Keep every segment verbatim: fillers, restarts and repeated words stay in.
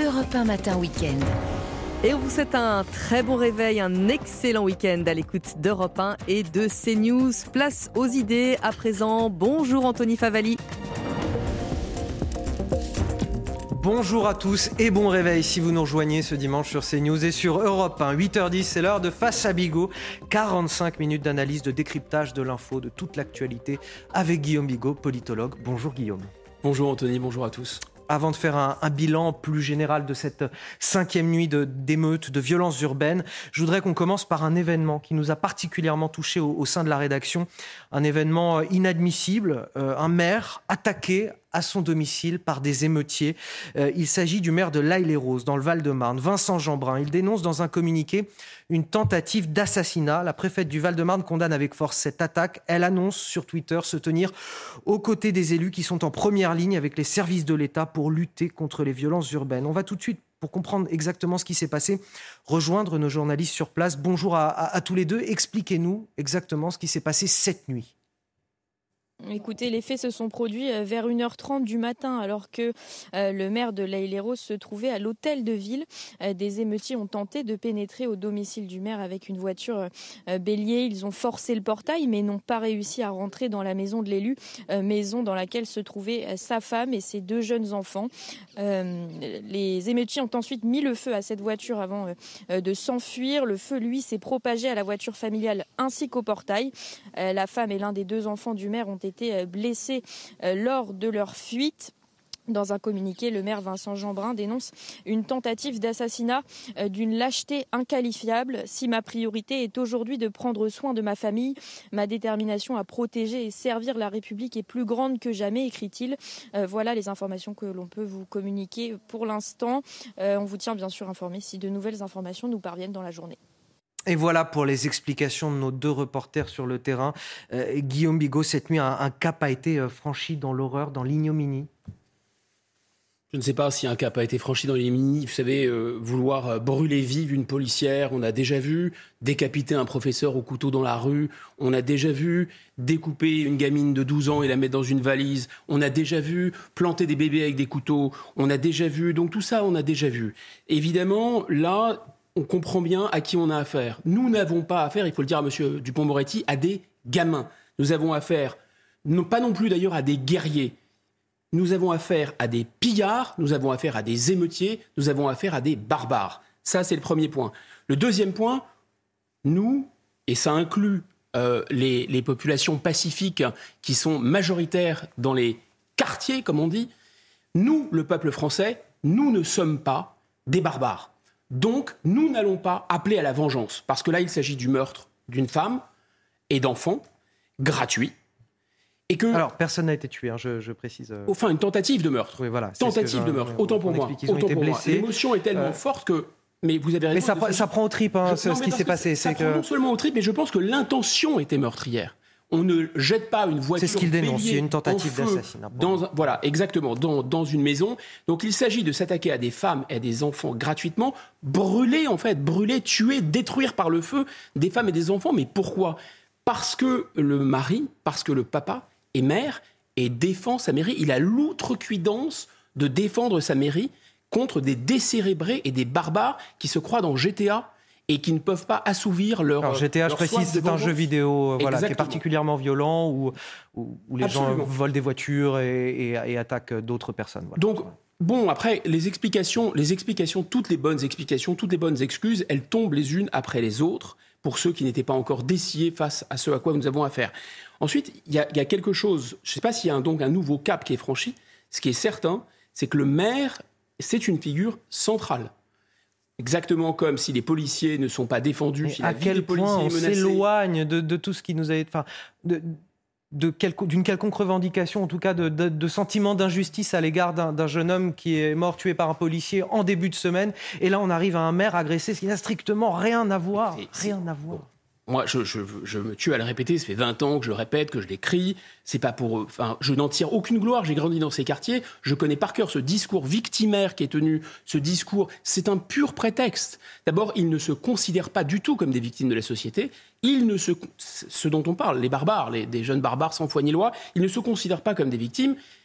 Europe un matin week-end. Et on vous souhaite un très bon réveil, un excellent week-end à l'écoute d'Europe un et de CNews. Place aux idées à présent. Bonjour Anthony Favali. Bonjour à tous et bon réveil si vous nous rejoignez ce dimanche sur CNews et sur Europe un. huit heures dix, c'est l'heure de Face à Bigot. quarante-cinq minutes d'analyse, de décryptage de l'info, de toute l'actualité avec Guillaume Bigot, politologue. Bonjour Guillaume. Bonjour Anthony, bonjour à tous. Avant de faire un, un bilan plus général de cette cinquième nuit de, d'émeutes, de violences urbaines, je voudrais qu'on commence par un événement qui nous a particulièrement touchés au, au sein de la rédaction. Un événement inadmissible, euh, un maire attaqué à son domicile par des émeutiers. Euh, il s'agit du maire de L'Haÿ-les-Roses, dans le Val-de-Marne, Vincent Jeanbrun. Il dénonce dans un communiqué une tentative d'assassinat. La préfète du Val-de-Marne condamne avec force cette attaque. Elle annonce sur Twitter se tenir aux côtés des élus qui sont en première ligne avec les services de l'État pour lutter contre les violences urbaines. On va tout de suite, pour comprendre exactement ce qui s'est passé, rejoindre nos journalistes sur place. Bonjour à, à, à tous les deux. Expliquez-nous exactement ce qui s'est passé cette nuit. Écoutez, les faits se sont produits vers une heure trente du matin alors que euh, le maire de L'Haÿ-les-Roses se trouvait à l'hôtel de ville. Euh, des émeutiers ont tenté de pénétrer au domicile du maire avec une voiture euh, bélier. Ils ont forcé le portail mais n'ont pas réussi à rentrer dans la maison de l'élu, euh, maison dans laquelle se trouvaient euh, sa femme et ses deux jeunes enfants. Euh, les émeutiers ont ensuite mis le feu à cette voiture avant euh, de s'enfuir. Le feu, lui, s'est propagé à la voiture familiale ainsi qu'au portail. Euh, la femme et l'un des deux enfants du maire ont été blessés lors de leur fuite. Dans un communiqué, le maire Vincent Jeanbrun dénonce une tentative d'assassinat d'une lâcheté inqualifiable. Si ma priorité est aujourd'hui de prendre soin de ma famille, ma détermination à protéger et servir la République est plus grande que jamais, écrit-il. Euh, voilà les informations que l'on peut vous communiquer pour l'instant. Euh, on vous tient bien sûr informé si de nouvelles informations nous parviennent dans la journée. Et voilà pour les explications de nos deux reporters sur le terrain. Euh, Guillaume Bigot, cette nuit, un, un cap a été franchi dans l'horreur, dans l'ignominie. Je ne sais pas si un cap a été franchi dans l'ignominie. Vous savez, euh, vouloir brûler vive une policière, on a déjà vu décapiter un professeur au couteau dans la rue, on a déjà vu découper une gamine de douze ans et la mettre dans une valise, on a déjà vu planter des bébés avec des couteaux, on a déjà vu... Donc tout ça, on a déjà vu. Évidemment, là... on comprend bien à qui on a affaire. Nous n'avons pas affaire, il faut le dire à M. Dupond-Moretti, à des gamins. Nous avons affaire, non, pas non plus d'ailleurs à des guerriers. Nous avons affaire à des pillards, nous avons affaire à des émeutiers, nous avons affaire à des barbares. Ça, c'est le premier point. Le deuxième point, nous, et ça inclut euh, les, les populations pacifiques qui sont majoritaires dans les quartiers, comme on dit, nous, le peuple français, nous ne sommes pas des barbares. Donc, nous n'allons pas appeler à la vengeance, parce que là, il s'agit du meurtre d'une femme et d'enfants, gratuit. Et que... Alors, personne n'a été tué, hein, je, je précise. Euh... Enfin, une tentative de meurtre. Oui, voilà. Tentative de meurtre, autant pour moi. Autant pour moi. L'émotion est tellement euh... forte que... Mais vous avez raison. Mais ça, prend, ça prend au trip, hein, je... ce, non, ce qui s'est passé. Ça c'est prend que... non seulement au trip, mais je pense que l'intention était meurtrière. On ne jette pas une voiture. C'est ce qu'il dénonce, il y a une tentative d'assassinat. Dans, voilà, exactement, dans, dans une maison. Donc il s'agit de s'attaquer à des femmes et à des enfants gratuitement, brûler en fait, brûler, tuer, détruire par le feu des femmes et des enfants. Mais pourquoi ? Parce que le mari, parce que le papa est maire et défend sa mairie. Il a l'outrecuidance de défendre sa mairie contre des décérébrés et des barbares qui se croient dans G T A et qui ne peuvent pas assouvir leur... Alors G T A, leur je précise, c'est un jeu vidéo voilà, qui est Exactement. particulièrement violent, où, où, où les Absolument. gens volent des voitures et, et, et attaquent d'autres personnes. Voilà. Donc, bon, après, les explications, les explications, toutes les bonnes explications, toutes les bonnes excuses, elles tombent les unes après les autres, pour ceux qui n'étaient pas encore dessillés face à ce à quoi nous avons affaire. Ensuite, il y, y a quelque chose, je ne sais pas s'il y a un, donc un nouveau cap qui est franchi, ce qui est certain, c'est que le maire, c'est une figure centrale. Exactement comme si les policiers ne sont pas défendus, si la vie des policiers est menacée. À quel point on s'éloigne de, de tout ce qui nous a été... Enfin, de, de quelque, d'une quelconque revendication, en tout cas de, de, de sentiment d'injustice à l'égard d'un, d'un jeune homme qui est mort tué par un policier en début de semaine. Et là, on arrive à un maire agressé, ce qui n'a strictement rien à voir. C'est, rien c'est... à voir. Bon. Moi, je, je, je me tue à le répéter, ça fait vingt ans que je le répète, que je l'écris. C'est pas pour, enfin, je n'en tire aucune gloire, j'ai grandi dans ces quartiers, je connais par cœur ce discours victimaire qui est tenu, ce discours, c'est un pur prétexte. D'abord, ils ne se considèrent pas du tout comme des victimes de la société, ils ne se, ce dont on parle, les barbares, les, des jeunes barbares sans foi ni loi, ils ne se considèrent pas comme des victimes,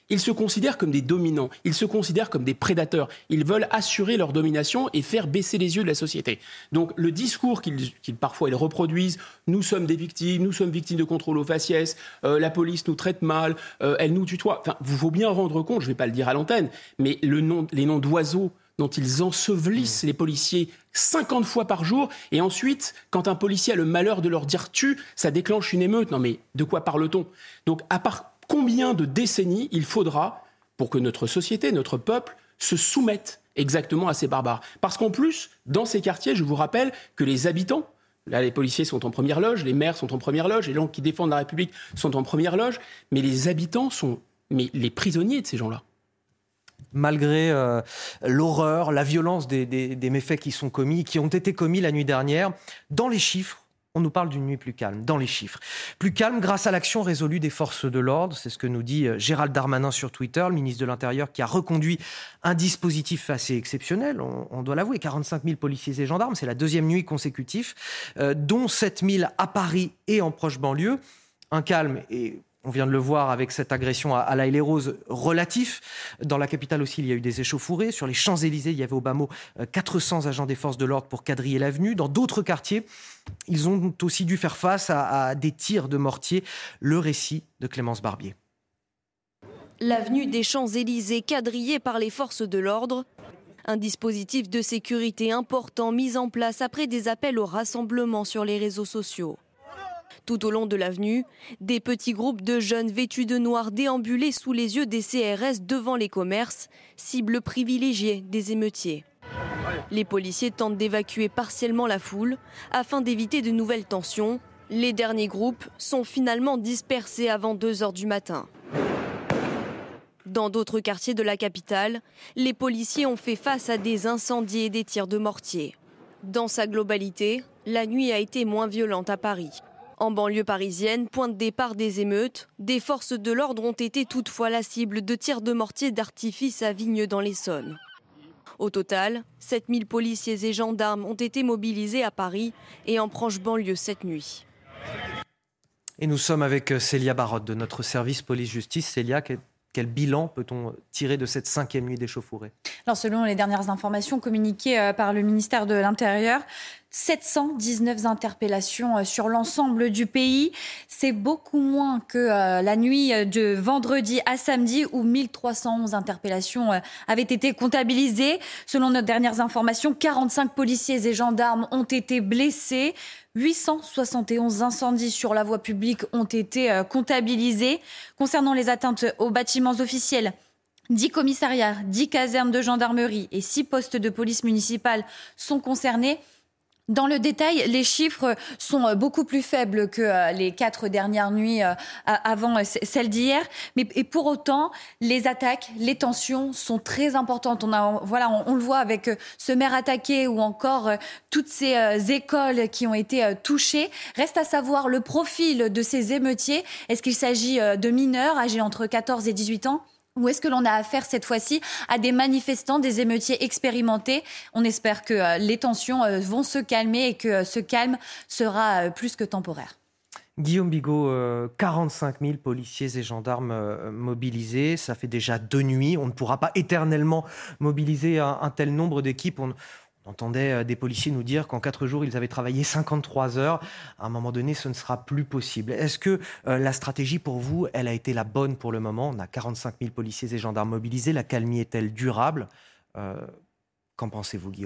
Ils se considèrent comme des dominants, ils se considèrent comme des prédateurs. Ils veulent assurer leur domination et faire baisser les yeux de la société. Donc le discours qu'ils, qu'ils parfois ils reproduisent, nous sommes des victimes, nous sommes victimes de contrôle au faciès, euh, la police nous traite mal, euh, elle nous tutoie. Enfin, vous faut bien rendre compte, je ne vais pas le dire à l'antenne, mais le nom, les noms d'oiseaux dont ils ensevelissent mmh. les policiers cinquante fois par jour, et ensuite, quand un policier a le malheur de leur dire « tu », ça déclenche une émeute. Non mais de quoi parle-t-on ? Donc à part combien de décennies il faudra pour que notre société, notre peuple, se soumette exactement à ces barbares ? Parce qu'en plus, dans ces quartiers, je vous rappelle que les habitants, là les policiers sont en première loge, les maires sont en première loge, les gens qui défendent la République sont en première loge, mais les habitants sont mais les prisonniers de ces gens-là. Malgré euh, l'horreur, la violence des, des, des méfaits qui sont commis, qui ont été commis la nuit dernière, dans les chiffres, on nous parle d'une nuit plus calme, dans les chiffres. Plus calme grâce à l'action résolue des forces de l'ordre, c'est ce que nous dit Gérald Darmanin sur Twitter, le ministre de l'Intérieur qui a reconduit un dispositif assez exceptionnel, on, on doit l'avouer, quarante-cinq mille policiers et gendarmes, c'est la deuxième nuit consécutive, euh, dont sept mille à Paris et en proche banlieue. Un calme et... on vient de le voir avec cette agression à La Haye-les-Roses relatif. Dans la capitale aussi, il y a eu des échauffourées. Sur les Champs-Élysées, il y avait au bas mot quatre cents agents des forces de l'ordre pour quadriller l'avenue. Dans d'autres quartiers, ils ont aussi dû faire face à, à des tirs de mortier. Le récit de Clémence Barbier. L'avenue des Champs-Élysées quadrillée par les forces de l'ordre. Un dispositif de sécurité important mis en place après des appels au rassemblement sur les réseaux sociaux. Tout au long de l'avenue, des petits groupes de jeunes vêtus de noir déambulaient sous les yeux des C R S devant les commerces, cible privilégiée des émeutiers. Les policiers tentent d'évacuer partiellement la foule afin d'éviter de nouvelles tensions. Les derniers groupes sont finalement dispersés avant deux heures du matin. Dans d'autres quartiers de la capitale, les policiers ont fait face à des incendies et des tirs de mortier. Dans sa globalité, la nuit a été moins violente à Paris. En banlieue parisienne, point de départ des émeutes, des forces de l'ordre ont été toutefois la cible de tirs de mortier d'artifice à Vigne-dans-l'Essonne. Au total, sept mille policiers et gendarmes ont été mobilisés à Paris et en proche banlieue cette nuit. Et nous sommes avec Célia Barotte de notre service police-justice. Célia, quel bilan peut-on tirer de cette cinquième nuit d'échauffourée ? Alors, selon les dernières informations communiquées par le ministère de l'Intérieur, sept cent dix-neuf interpellations sur l'ensemble du pays. C'est beaucoup moins que euh, la nuit de vendredi à samedi où mille trois cent onze interpellations euh, avaient été comptabilisées. Selon nos dernières informations, quarante-cinq policiers et gendarmes ont été blessés. huit cent soixante et onze incendies sur la voie publique ont été euh, comptabilisés. Concernant les atteintes aux bâtiments officiels, dix commissariats, dix casernes de gendarmerie et six postes de police municipale sont concernés. Dans le détail, les chiffres sont beaucoup plus faibles que les quatre dernières nuits avant celle d'hier. Mais et pour autant, les attaques, les tensions sont très importantes. On a, voilà, on, on le voit avec ce maire attaqué ou encore toutes ces écoles qui ont été touchées. Reste à savoir le profil de ces émeutiers. Est-ce qu'il s'agit de mineurs âgés entre quatorze et dix-huit ans ? Ou est-ce que l'on a affaire cette fois-ci à des manifestants, des émeutiers expérimentés ? On espère que les tensions vont se calmer et que ce calme sera plus que temporaire. Guillaume Bigot, euh, quarante-cinq mille policiers et gendarmes euh, mobilisés, ça fait déjà deux nuits. On ne pourra pas éternellement mobiliser un, un tel nombre d'équipes. On, on entendait des policiers nous dire qu'en quatre jours, ils avaient travaillé cinquante-trois heures. À un moment donné, ce ne sera plus possible. Est-ce que euh, la stratégie pour vous, elle a été la bonne pour le moment ? On a quarante-cinq mille policiers et gendarmes mobilisés. La calmie est-elle durable ? euh, Qu'en pensez-vous, Guillaume ?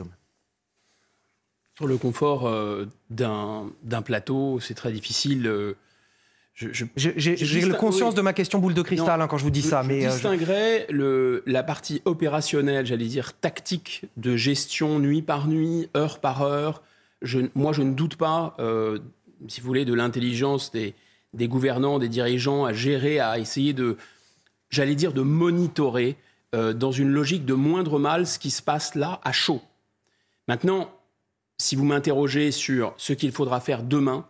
Sur le confort euh, d'un, d'un plateau, c'est très difficile. Euh, je, je, j'ai j'ai, j'ai disting... conscience oui. de ma question boule de cristal non, hein, quand je vous dis je, ça. Je mais distinguerais je... le, la partie opérationnelle, j'allais dire tactique, de gestion nuit par nuit, heure par heure. Je, moi, je ne doute pas, euh, si vous voulez, de l'intelligence des, des gouvernants, des dirigeants à gérer, à essayer de, j'allais dire, de monitorer euh, dans une logique de moindre mal ce qui se passe là, à chaud. Maintenant, si vous m'interrogez sur ce qu'il faudra faire demain,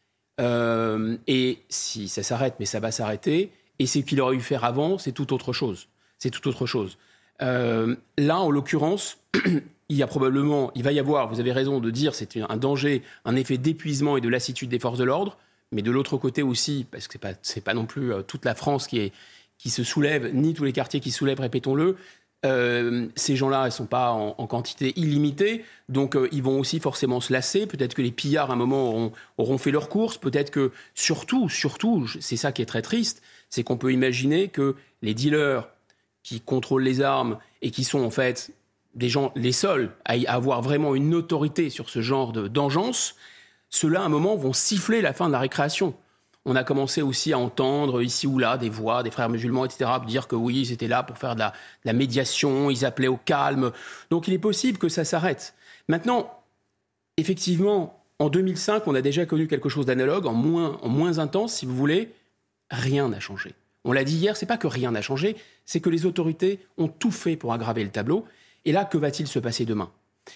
euh, et si ça s'arrête, mais ça va s'arrêter, et ce qu'il aurait eu faire avant, c'est tout autre chose. C'est tout autre chose. Euh, là, en l'occurrence, il y a probablement, il va y avoir, vous avez raison de dire, c'est un danger, un effet d'épuisement et de lassitude des forces de l'ordre, mais de l'autre côté aussi, parce que c'est pas, c'est pas non plus toute la France qui est qui se soulèvent, ni tous les quartiers qui se soulèvent, répétons-le. Euh, ces gens-là, ils ne sont pas en, en quantité illimitée, donc euh, ils vont aussi forcément se lasser. Peut-être que les pillards, à un moment, auront, auront fait leur course. Peut-être que, surtout, surtout, c'est ça qui est très triste, c'est qu'on peut imaginer que les dealers qui contrôlent les armes et qui sont en fait des gens, les seuls à avoir vraiment une autorité sur ce genre de, d'engeance, ceux-là, à un moment, vont siffler la fin de la récréation. On a commencé aussi à entendre ici ou là des voix des frères musulmans, et cetera, dire que oui, ils étaient là pour faire de la, de la médiation, ils appelaient au calme. Donc il est possible que ça s'arrête. Maintenant, effectivement, en deux mille cinq, on a déjà connu quelque chose d'analogue, en moins, en moins intense, si vous voulez. Rien n'a changé. On l'a dit hier, c'est pas que rien n'a changé, c'est que les autorités ont tout fait pour aggraver le tableau. Et là, que va-t-il se passer demain ?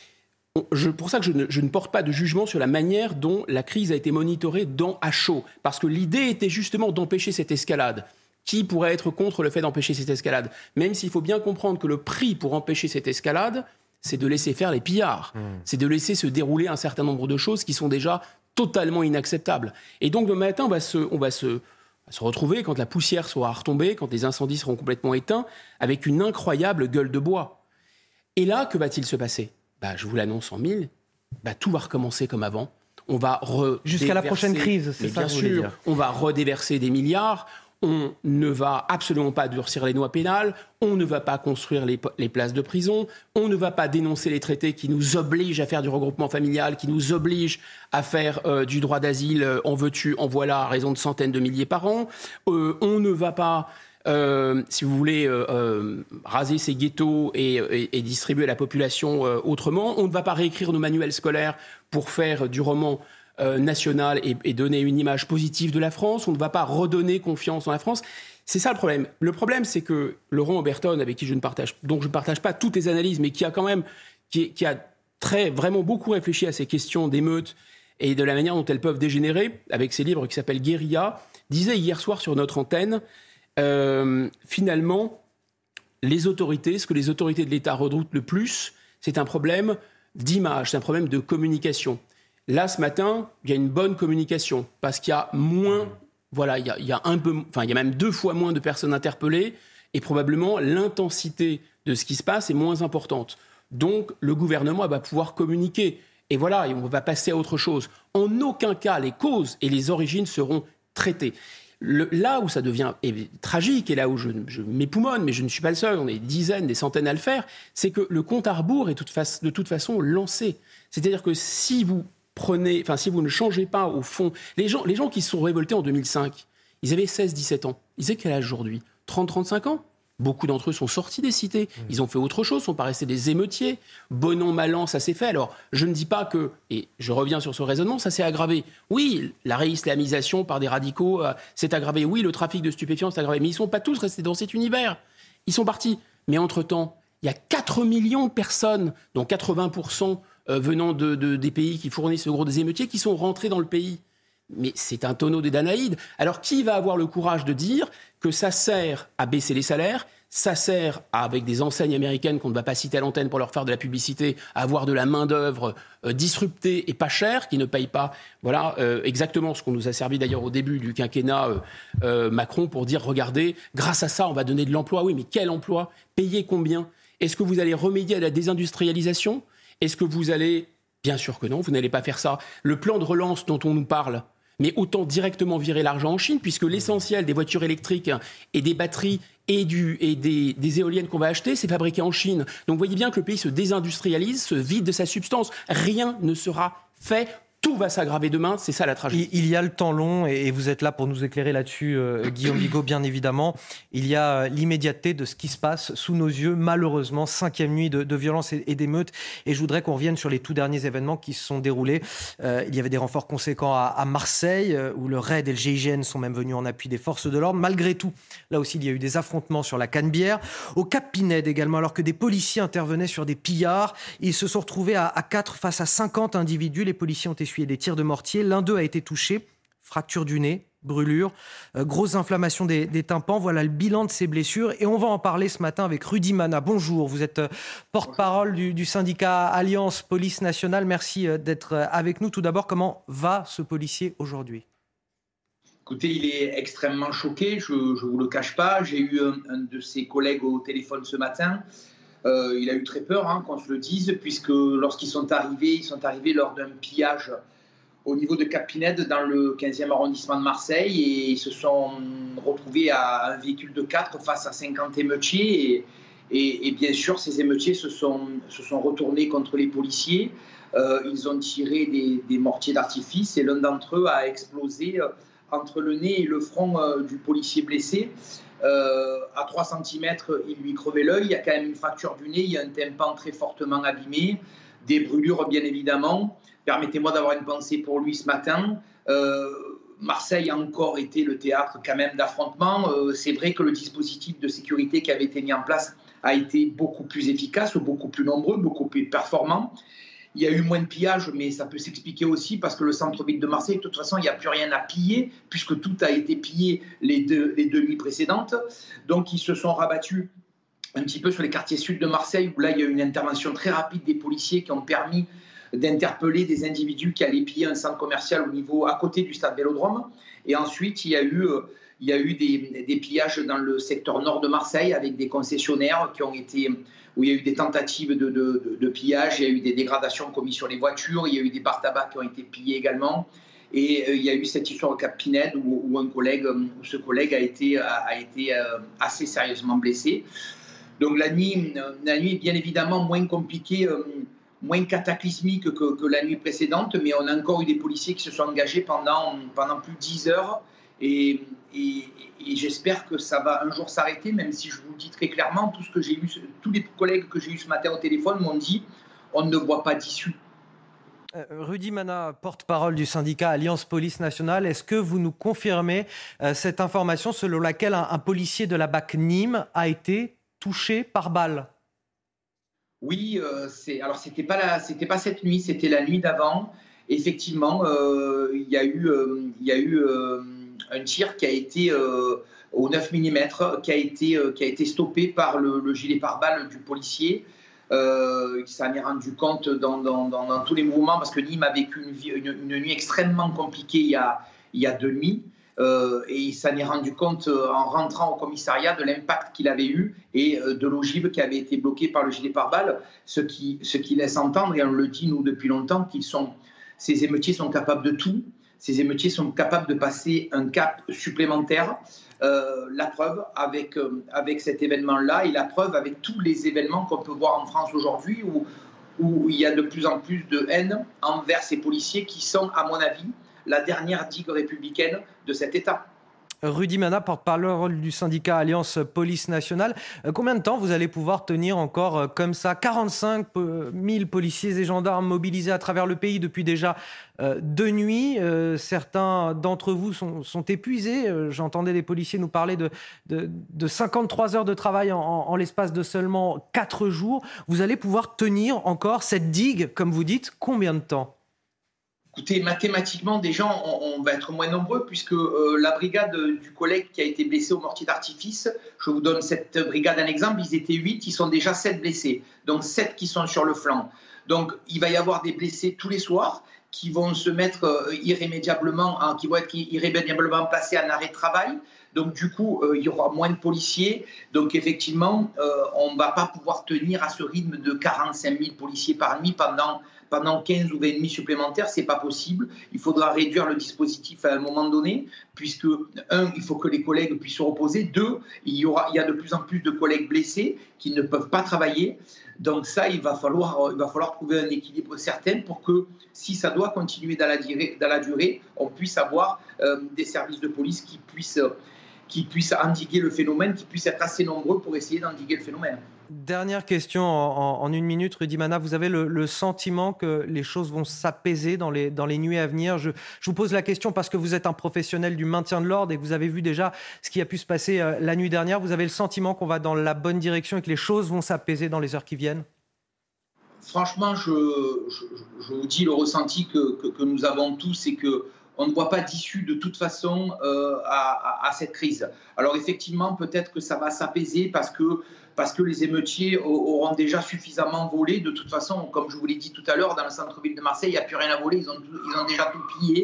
Je, pour ça que je ne, je ne porte pas de jugement sur la manière dont la crise a été monitorée dans à chaud. Parce que l'idée était justement d'empêcher cette escalade. Qui pourrait être contre le fait d'empêcher cette escalade ? Même s'il faut bien comprendre que le prix pour empêcher cette escalade, c'est de laisser faire les pillards. Mmh. C'est de laisser se dérouler un certain nombre de choses qui sont déjà totalement inacceptables. Et donc, demain matin, on va se, on va se, se retrouver, quand la poussière sera retombée, quand les incendies seront complètement éteints, avec une incroyable gueule de bois. Et là, que va-t-il se passer ? Bah, je vous l'annonce en mille, bah, tout va recommencer comme avant. On va redéverser... Jusqu'à la prochaine crise, c'est ça bien que vous voulez sûr, dire. On va redéverser des milliards, on ne va absolument pas durcir les lois pénales, on ne va pas construire les, les places de prison, on ne va pas dénoncer les traités qui nous obligent à faire du regroupement familial, qui nous obligent à faire euh, du droit d'asile, euh, en veux-tu, en voilà, à raison de centaines de milliers par an. Euh, on ne va pas... Euh, si vous voulez euh, euh, raser ces ghettos et, et, et distribuer à la population euh, autrement. On ne va pas réécrire nos manuels scolaires pour faire du roman euh, national et, et donner une image positive de la France. On ne va pas redonner confiance en la France. C'est ça le problème. Le problème, c'est que Laurent Oberton, avec qui je ne partage, donc je ne partage pas toutes les analyses, mais qui a quand même, qui, qui a très, vraiment beaucoup réfléchi à ces questions d'émeutes et de la manière dont elles peuvent dégénérer, avec ses livres qui s'appellent Guérilla, disait hier soir sur notre antenne. Euh, finalement, les autorités, ce que les autorités de l'État redoutent le plus, c'est un problème d'image, c'est un problème de communication. Là, ce matin, il y a une bonne communication, parce qu'il y a moins, voilà, il y a, il y a un peu, enfin, il y a même deux fois moins de personnes interpellées, et probablement l'intensité de ce qui se passe est moins importante. Donc, le gouvernement va pouvoir communiquer. Et voilà, et on va passer à autre chose. En aucun cas, les causes et les origines seront traitées. Le, là où ça devient tragique, et là où je, je m'époumonne, mais je ne suis pas le seul, on est des dizaines, des centaines à le faire, c'est que le compte à rebours est toute fa- de toute façon lancé. C'est-à-dire que si vous prenez, enfin si vous ne changez pas au fond, les gens, les gens qui se sont révoltés en deux mille cinq, ils avaient seize dix-sept ans. Ils avaient quel âge aujourd'hui ? trente trente-cinq ans ? Beaucoup d'entre eux sont sortis des cités. Ils ont fait autre chose, sont pas restés des émeutiers. Bon an, mal an, ça s'est fait. Alors, je ne dis pas que, et je reviens sur ce raisonnement, ça s'est aggravé. Oui, la réislamisation par des radicaux euh, s'est aggravée. Oui, le trafic de stupéfiants s'est aggravé. Mais ils ne sont pas tous restés dans cet univers. Ils sont partis. Mais entre-temps, il y a quatre millions de personnes, dont quatre-vingts pour cent euh, venant de, de, des pays qui fournissent le gros des émeutiers, qui sont rentrés dans le pays. Mais c'est un tonneau des Danaïdes. Alors, qui va avoir le courage de dire que ça sert à baisser les salaires, ça sert à, avec des enseignes américaines qu'on ne va pas citer à l'antenne pour leur faire de la publicité, à avoir de la main-d'œuvre euh, disruptée et pas chère, qui ne paye pas, voilà, euh, exactement ce qu'on nous a servi d'ailleurs au début du quinquennat euh, euh, Macron pour dire, regardez, grâce à ça, on va donner de l'emploi. Oui, mais quel emploi ? Payer combien ? Est-ce que vous allez remédier à la désindustrialisation ? Est-ce que vous allez... Bien sûr que non, vous n'allez pas faire ça. Le plan de relance dont on nous parle, mais autant directement virer l'argent en Chine, puisque l'essentiel des voitures électriques et des batteries et, du, et des, des éoliennes qu'on va acheter, c'est fabriqué en Chine. Donc vous voyez bien que le pays se désindustrialise, se vide de sa substance. Rien ne sera fait. Tout va s'aggraver demain, c'est ça la tragédie. Il y a le temps long, et vous êtes là pour nous éclairer là-dessus, euh, Guillaume Bigot, bien évidemment. Il y a l'immédiateté de ce qui se passe sous nos yeux, malheureusement, cinquième nuit de, de violence et, et d'émeutes. Et je voudrais qu'on revienne sur les tout derniers événements qui se sont déroulés. Euh, il y avait des renforts conséquents à, à Marseille, où le R A I D et le G I G N sont même venus en appui des forces de l'ordre. Malgré tout, là aussi, il y a eu des affrontements sur la Canebière. Au Cap Pinède également, alors que des policiers intervenaient sur des pillards, ils se sont retrouvés à, à quatre face à cinquante individus. Les policiers ont essuyé des tirs de mortier. L'un d'eux a été touché, fracture du nez, brûlure, euh, grosse inflammation des, des tympans. Voilà le bilan de ces blessures. Et on va en parler ce matin avec Rudy Mana. Bonjour, vous êtes euh, porte-parole du, du syndicat Alliance Police Nationale. Merci euh, d'être euh, avec nous. Tout d'abord, comment va ce policier aujourd'hui ? Écoutez, il est extrêmement choqué, je ne vous le cache pas. J'ai eu un, un de ses collègues au téléphone ce matin. Euh, il a eu très peur, hein, qu'on se le dise, puisque lorsqu'ils sont arrivés, ils sont arrivés lors d'un pillage au niveau de Cap-Pinède, dans le quinzième arrondissement de Marseille, et ils se sont retrouvés à un véhicule de quatre face à cinquante émeutiers. Et, et, et bien sûr, ces émeutiers se sont, se sont retournés contre les policiers. Euh, ils ont tiré des, des mortiers d'artifice et l'un d'entre eux a explosé entre le nez et le front euh, du policier blessé. Euh, à trois centimètres, il lui crevait l'œil. Il y a quand même une fracture du nez, il y a un tympan très fortement abîmé, des brûlures bien évidemment. Permettez-moi d'avoir une pensée pour lui ce matin. Euh, Marseille a encore été le théâtre quand même d'affrontements. Euh, c'est vrai que le dispositif de sécurité qui avait été mis en place a été beaucoup plus efficace, beaucoup plus nombreux, beaucoup plus performant. Il y a eu moins de pillages, mais ça peut s'expliquer aussi parce que le centre-ville de Marseille, de toute façon, il n'y a plus rien à piller puisque tout a été pillé les deux, les deux nuits précédentes. Donc, ils se sont rabattus un petit peu sur les quartiers sud de Marseille où là, il y a eu une intervention très rapide des policiers qui ont permis d'interpeller des individus qui allaient piller un centre commercial au niveau, à côté du stade Vélodrome. Et ensuite, il y a eu, il y a eu des, des pillages dans le secteur nord de Marseille avec des concessionnaires qui ont été... où il y a eu des tentatives de, de, de, de pillage, il y a eu des dégradations commises sur les voitures, il y a eu des bars tabac qui ont été pillés également. Et euh, il y a eu cette histoire au Cap-Pinède où, où, un collègue, où ce collègue a été, a, a été euh, assez sérieusement blessé. Donc la nuit, la nuit est bien évidemment moins compliquée, euh, moins cataclysmique que, que la nuit précédente, mais on a encore eu des policiers qui se sont engagés pendant, pendant plus de dix heures. Et, et, et j'espère que ça va un jour s'arrêter, même si je vous le dis très clairement, tout ce que j'ai eu, tous les collègues que j'ai eu ce matin au téléphone m'ont dit on ne voit pas d'issue. Euh, Rudy Mana, porte-parole du syndicat Alliance Police Nationale, est-ce que vous nous confirmez euh, cette information selon laquelle un, un policier de la B A C Nîmes a été touché par balle? Oui, euh, c'est, alors c'était pas la, c'était pas cette nuit, c'était la nuit d'avant. Effectivement, euh, il y a eu, euh, il y a eu euh, un tir qui a été euh, au neuf millimètres, qui a été, euh, qui a été stoppé par le, le gilet pare-balles du policier. Euh, il s'en est rendu compte dans, dans, dans, dans tous les mouvements parce que Nîmes a vécu une, une, une nuit extrêmement compliquée il y a, il y a deux nuits. Euh, et il s'en est rendu compte euh, en rentrant au commissariat de l'impact qu'il avait eu et euh, de l'ogive qui avait été bloquée par le gilet pare-balles, ce qui, ce qui laisse entendre, et on le dit nous depuis longtemps, qu'ils sont, ces émeutiers sont capables de tout. Ces émeutiers sont capables de passer un cap supplémentaire. Euh, la preuve avec, euh, avec cet événement-là et la preuve avec tous les événements qu'on peut voir en France aujourd'hui où, où il y a de plus en plus de haine envers ces policiers qui sont, à mon avis, la dernière digue républicaine de cet État. Rudy Mana, porte-parole du syndicat Alliance Police Nationale. Euh, combien de temps vous allez pouvoir tenir encore euh, comme ça quarante-cinq mille policiers et gendarmes mobilisés à travers le pays depuis déjà euh, deux nuits. Euh, certains d'entre vous sont, sont épuisés. Euh, j'entendais les policiers nous parler de, de, de cinquante-trois heures de travail en, en, en l'espace de seulement quatre jours. Vous allez pouvoir tenir encore cette digue, comme vous dites, combien de temps ? Écoutez, mathématiquement, déjà, on, on va être moins nombreux puisque euh, la brigade du collègue qui a été blessé au mortier d'artifice, je vous donne cette brigade un exemple, ils étaient huit, ils sont déjà sept blessés, donc sept qui sont sur le flanc. Donc, il va y avoir des blessés tous les soirs qui vont se mettre euh, irrémédiablement, hein, qui vont être irrémédiablement placés en arrêt de travail. Donc, du coup, euh, il y aura moins de policiers. Donc, effectivement, euh, on ne va pas pouvoir tenir à ce rythme de quarante-cinq mille policiers par nuit pendant, pendant quinze ou vingt nuits supplémentaires. Ce n'est pas possible. Il faudra réduire le dispositif à un moment donné, puisque, un, il faut que les collègues puissent se reposer. Deux, il y, aura, il y a de plus en plus de collègues blessés qui ne peuvent pas travailler. Donc ça, il va falloir, il va falloir trouver un équilibre certain pour que, si ça doit continuer dans la durée, dans la durée on puisse avoir euh, des services de police qui puissent, qui puissent endiguer le phénomène, qui puissent être assez nombreux pour essayer d'endiguer le phénomène. Dernière question en, en, en une minute, Rudy Mana. Vous avez le, le sentiment que les choses vont s'apaiser dans les, dans les nuits à venir? je, je vous pose la question parce que vous êtes un professionnel du maintien de l'ordre et que vous avez vu déjà ce qui a pu se passer euh, la nuit dernière. Vous avez le sentiment qu'on va dans la bonne direction et que les choses vont s'apaiser dans les heures qui viennent? Franchement, je, je, je vous dis le ressenti que, que, que nous avons tous, c'est que on ne voit pas d'issue de toute façon euh, à, à, à cette crise. Alors effectivement, peut-être que ça va s'apaiser parce que, parce que les émeutiers auront déjà suffisamment volé. De toute façon, comme je vous l'ai dit tout à l'heure, dans le centre-ville de Marseille, il n'y a plus rien à voler, ils ont, ils ont déjà tout pillé.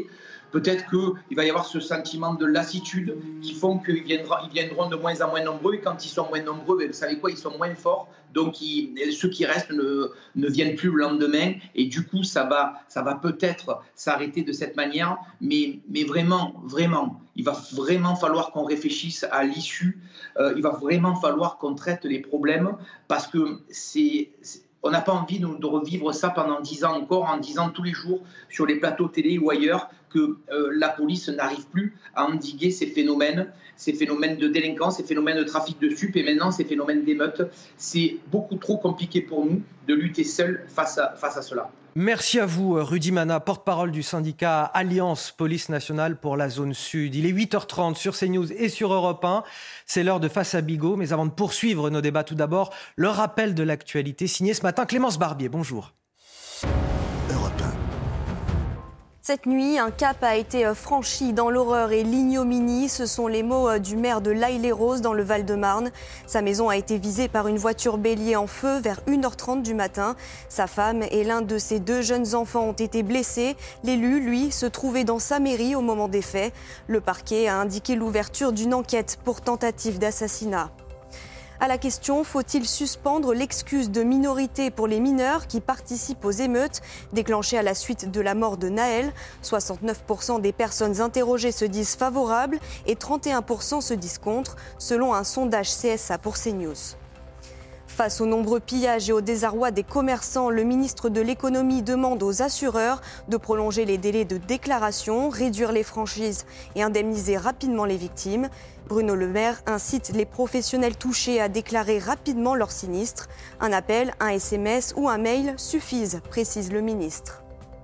Peut-être qu'il va y avoir ce sentiment de lassitude qui font qu'ils viendront, ils viendront de moins en moins nombreux. Et quand ils sont moins nombreux, ben, vous savez quoi, ils sont moins forts. Donc ils, ceux qui restent ne, ne viennent plus le lendemain. Et du coup, ça va, ça va peut-être s'arrêter de cette manière. Mais, mais vraiment, vraiment, il va vraiment falloir qu'on réfléchisse à l'issue. Euh, il va vraiment falloir qu'on traite les problèmes parce que c'est... c'est on n'a pas envie de, de revivre ça pendant dix ans encore, en disant tous les jours sur les plateaux télé ou ailleurs que euh, la police n'arrive plus à endiguer ces phénomènes, ces phénomènes de délinquance, ces phénomènes de trafic de stupes et maintenant ces phénomènes d'émeutes. C'est beaucoup trop compliqué pour nous de lutter seuls face à, face à cela. Merci à vous, Rudy Mana, porte-parole du syndicat Alliance Police Nationale pour la zone sud. Il est huit heures trente sur CNews et sur Europe un. C'est l'heure de Face à Bigot. Mais avant de poursuivre nos débats, tout d'abord, le rappel de l'actualité signé ce matin Clémence Barbier. Bonjour. Europe un. Cette nuit, un cap a été franchi dans l'horreur et l'ignominie. Ce sont les mots du maire de L'Haÿ-les-Roses dans le Val-de-Marne. Sa maison a été visée par une voiture bélier en feu vers une heure trente du matin. Sa femme et l'un de ses deux jeunes enfants ont été blessés. L'élu, lui, se trouvait dans sa mairie au moment des faits. Le parquet a indiqué l'ouverture d'une enquête pour tentative d'assassinat. À la question, faut-il suspendre l'excuse de minorité pour les mineurs qui participent aux émeutes déclenchées à la suite de la mort de Naël ? soixante-neuf pour cent des personnes interrogées se disent favorables et trente et un pour cent se disent contre, selon un sondage C S A pour CNews. Face aux nombreux pillages et au désarroi des commerçants, le ministre de l'économie demande aux assureurs de prolonger les délais de déclaration, réduire les franchises et indemniser rapidement les victimes. Bruno Le Maire incite les professionnels touchés à déclarer rapidement leur sinistre. Un appel, un S M S ou un mail suffisent, précise le ministre.